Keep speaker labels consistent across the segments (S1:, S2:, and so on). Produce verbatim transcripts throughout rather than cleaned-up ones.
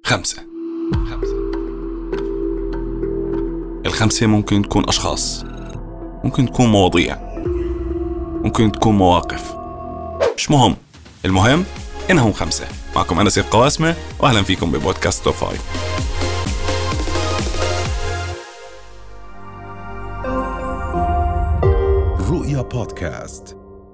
S1: خمسة. الخمسة ممكن تكون أشخاص، ممكن تكون مواضيع، ممكن تكون مواقف، مش مهم. المهم إنهم خمسة. معكم أنا سيد قواسمة، وأهلا فيكم ببودكاست توب فايف.
S2: رؤيا بودكاست.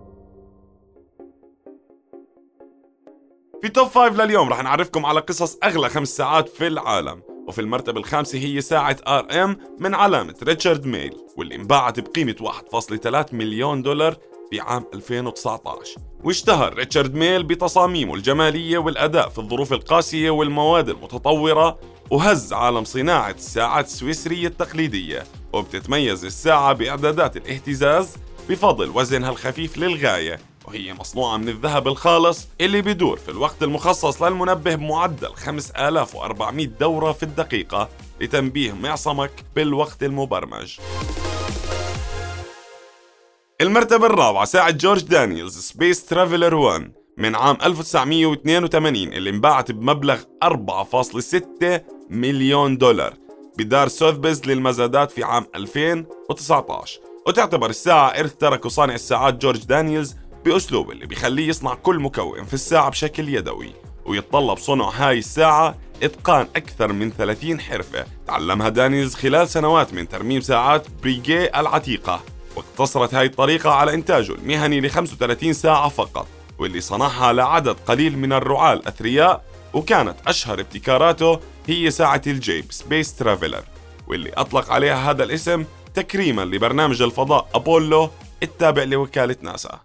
S1: في توب فايف لليوم رح نعرفكم على قصص أغلى خمس ساعات في العالم، وفي المرتبة الخامسة هي ساعة آر إم من علامة ريتشارد ميل، واللي انباعت بقيمة واحد فاصلة ثلاثة مليون دولار في عام ألفين وتسعة عشر. واشتهر ريتشارد ميل بتصاميمه الجمالية والأداء في الظروف القاسية والمواد المتطورة، وهز عالم صناعة الساعات السويسرية التقليدية. وبتتميز الساعة بإعدادات الاهتزاز بفضل وزنها الخفيف للغاية، وهي مصنوعة من الذهب الخالص اللي بيدور في الوقت المخصص للمنبه بمعدل خمسة آلاف وأربعمائة دورة في الدقيقة لتنبيه معصمك بالوقت المبرمج. المرتبة الرابعة ساعة جورج دانييلز سبيس ترافلر واحد من عام ألف وتسعمائة واثنين وثمانين، اللي انباعت بمبلغ أربعة فاصلة ستة مليون دولار بدار سوثبيز للمزادات في عام ألفين وتسعة عشر. وتعتبر الساعة إرث تركه صانع الساعات جورج دانييلز بأسلوب اللي بيخليه يصنع كل مكون في الساعة بشكل يدوي، ويتطلب صنع هاي الساعة إتقان أكثر من ثلاثين حرفة تعلمها دانييلز خلال سنوات من ترميم ساعات بريغيه العتيقة. واقتصرت هاي الطريقة على إنتاجه المهني ل خمسة وثلاثين ساعة فقط، واللي صنعها لعدد قليل من الرعاة الأثرياء. وكانت أشهر ابتكاراته هي ساعة الجيب سبيس ترافلر، واللي أطلق عليها هذا الاسم تكريما لبرنامج الفضاء أبولو التابع لوكالة ناسا.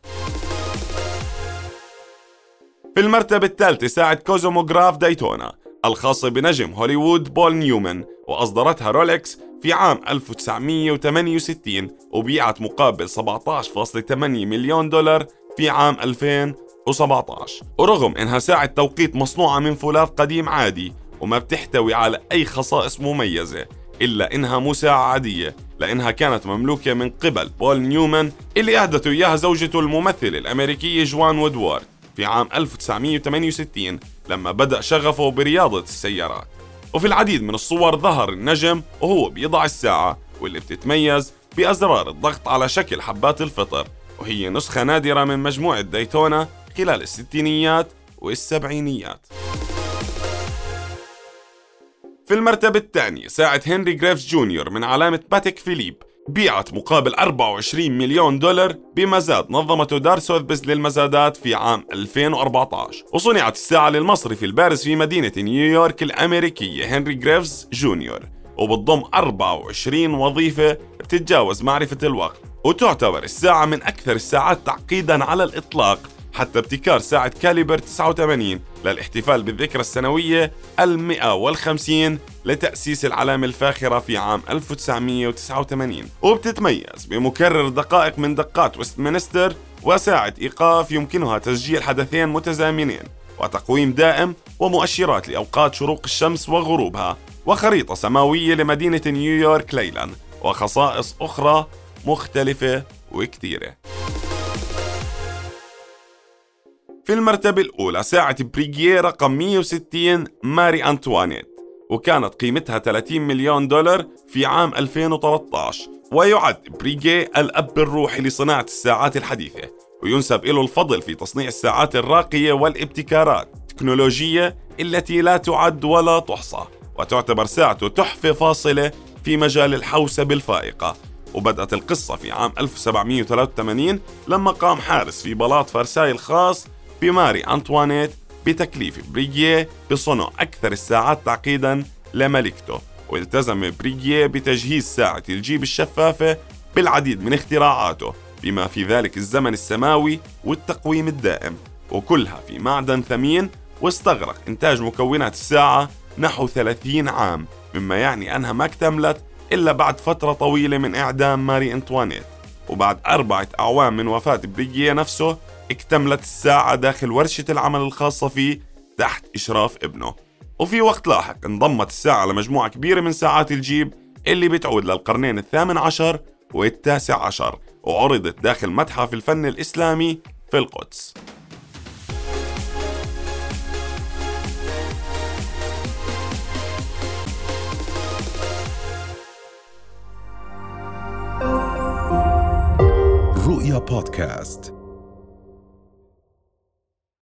S1: في المرتبة الثالثة ساعة كوزوموغراف دايتونا الخاصة بنجم هوليوود بول نيومان، وأصدرتها رولكس في عام ألف وتسعمائة وثمانية وستين، وبيعت مقابل سبعة عشر فاصلة ثمانية مليون دولار في عام ألفين وسبعة عشر. ورغم إنها ساعة توقيت مصنوعة من فولاذ قديم عادي وما بتحتوي على أي خصائص مميزة، إلا إنها مو ساعة عادية، لأنها كانت مملوكة من قبل بول نيومان اللي أهدته إياها زوجته الممثلة الأمريكية جوان وودوارد في عام ألف وتسعمائة وثمانية وستين لما بدأ شغفه برياضة السيارات. وفي العديد من الصور ظهر النجم وهو بيضع الساعة، واللي بتتميز بأزرار الضغط على شكل حبات الفطر، وهي نسخة نادرة من مجموعة دايتونا خلال الستينيات والسبعينيات. في المرتبة الثانية ساعة هنري جريفز جونيور من علامة باتيك فيليب، بيعت مقابل أربعة وعشرين مليون دولار بمزاد نظمته دار سوثبيز للمزادات في عام ألفين وأربعة عشر. وصنعت الساعة للمصرفي البارز في مدينة نيويورك الأمريكية هنري جريفز جونيور، وبتضم أربعة وعشرين وظيفة بتتجاوز معرفة الوقت. وتعتبر الساعة من أكثر الساعات تعقيداً على الإطلاق، حتى ابتكار ساعة كاليبر تسعة وثمانين للاحتفال بالذكرى السنوية المئة والخمسين لتأسيس العلامة الفاخرة في عام ألف وتسعمائة وتسعة وثمانين. وبتتميز بمكرر دقائق من دقات ويستمنستر، وساعة إيقاف يمكنها تسجيل حدثين متزامنين، وتقويم دائم، ومؤشرات لأوقات شروق الشمس وغروبها، وخريطة سماوية لمدينة نيويورك ليلاً، وخصائص أخرى مختلفة وكثيرة. في المرتبة الأولى ساعة بريغيه رقم مئة وستين ماري أنطوانيت، وكانت قيمتها ثلاثين مليون دولار في عام ألفين وثلاثة عشر. ويعد بريغيه الأب الروحي لصناعة الساعات الحديثة، وينسب له الفضل في تصنيع الساعات الراقية والابتكارات التكنولوجية التي لا تعد ولا تحصى. وتعتبر ساعته تحفة فاصلة في مجال الحوسبة الفائقة. وبدأت القصة في عام ألف وسبعمائة وثلاثة وثمانين لما قام حارس في بلاط فرساي الخاص بماري أنطوانيت بتكليف بريغيه بصنع أكثر الساعات تعقيداً لملكته. والتزم بريغيه بتجهيز ساعة الجيب الشفافة بالعديد من اختراعاته، بما في ذلك الزمن السماوي والتقويم الدائم، وكلها في معدن ثمين. واستغرق إنتاج مكونات الساعة نحو ثلاثين عام، مما يعني أنها ما اكتملت إلا بعد فترة طويلة من إعدام ماري أنطوانيت. وبعد أربعة أعوام من وفاة بريغيه نفسه اكتملت الساعة داخل ورشة العمل الخاصة فيه تحت إشراف ابنه. وفي وقت لاحق انضمت الساعة لمجموعة كبيرة من ساعات الجيب اللي بتعود للقرنين الثامن عشر والتاسع عشر، وعرضت داخل متحف الفن الإسلامي في القدس.
S2: الرؤيا بودكاست.